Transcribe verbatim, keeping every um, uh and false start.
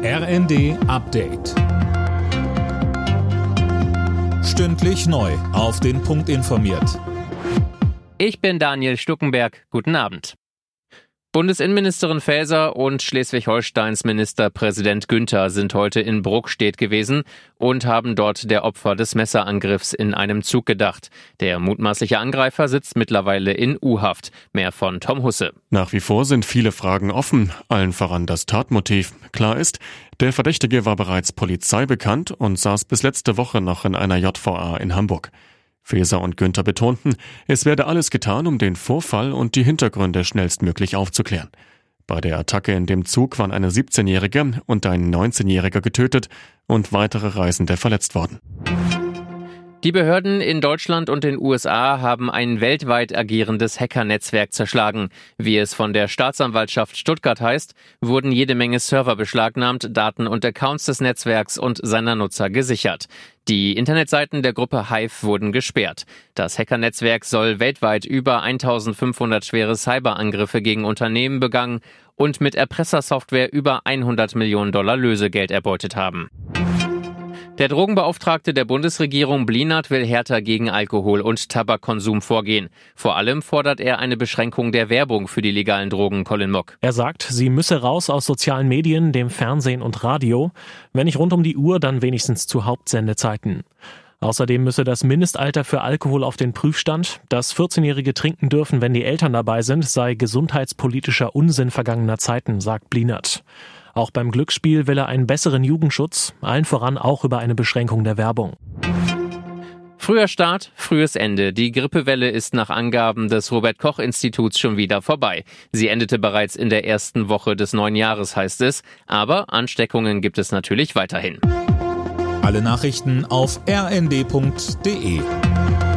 R N D Update. Stündlich neu auf den Punkt informiert. Ich bin Daniel Stuckenberg. Guten Abend. Bundesinnenministerin Faeser und Schleswig-Holsteins Ministerpräsident Günther sind heute in Bruckstedt gewesen und haben dort der Opfer des Messerangriffs in einem Zug gedacht. Der mutmaßliche Angreifer sitzt mittlerweile in U-Haft. Mehr von Tom Husse. Nach wie vor sind viele Fragen offen, allen voran das Tatmotiv. Klar ist, der Verdächtige war bereits Polizei bekannt und saß bis letzte Woche noch in einer J V A in Hamburg. Faeser und Günther betonten, es werde alles getan, um den Vorfall und die Hintergründe schnellstmöglich aufzuklären. Bei der Attacke in dem Zug waren eine siebzehnjährige und ein neunzehnjähriger getötet und weitere Reisende verletzt worden. Die Behörden in Deutschland und den U S A haben ein weltweit agierendes Hackernetzwerk zerschlagen. Wie es von der Staatsanwaltschaft Stuttgart heißt, wurden jede Menge Server beschlagnahmt, Daten und Accounts des Netzwerks und seiner Nutzer gesichert. Die Internetseiten der Gruppe Hive wurden gesperrt. Das Hackernetzwerk soll weltweit über eintausendfünfhundert schwere Cyberangriffe gegen Unternehmen begangen und mit Erpressersoftware über hundert Millionen Dollar Lösegeld erbeutet haben. Der Drogenbeauftragte der Bundesregierung Blinert will härter gegen Alkohol- und Tabakkonsum vorgehen. Vor allem fordert er eine Beschränkung der Werbung für die legalen Drogen, Colin Mock. Er sagt, sie müsse raus aus sozialen Medien, dem Fernsehen und Radio. Wenn nicht rund um die Uhr, dann wenigstens zu Hauptsendezeiten. Außerdem müsse das Mindestalter für Alkohol auf den Prüfstand. Dass vierzehnjährige trinken dürfen, wenn die Eltern dabei sind, sei gesundheitspolitischer Unsinn vergangener Zeiten, sagt Blinert. Auch beim Glücksspiel will er einen besseren Jugendschutz, allen voran auch über eine Beschränkung der Werbung. Früher Start, frühes Ende. Die Grippewelle ist nach Angaben des Robert-Koch-Instituts schon wieder vorbei. Sie endete bereits in der ersten Woche des neuen Jahres, heißt es. Aber Ansteckungen gibt es natürlich weiterhin. Alle Nachrichten auf r n d punkt d e.